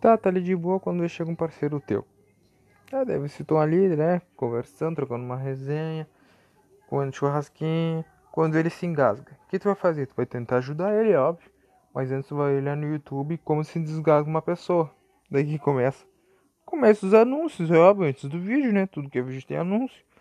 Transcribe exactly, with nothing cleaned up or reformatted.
Tá, tá ali de boa quando chega um parceiro teu. Ah, daí vocês estão ali, né? Conversando, trocando uma resenha, comendo churrasquinho. Quando ele se engasga, o que tu vai fazer? Tu vai tentar ajudar ele, é óbvio. Mas antes tu vai olhar no YouTube como se desgasga uma pessoa. Daí que começa. Começa os anúncios, é óbvio, antes do vídeo, né? Tudo que é vídeo tem anúncio.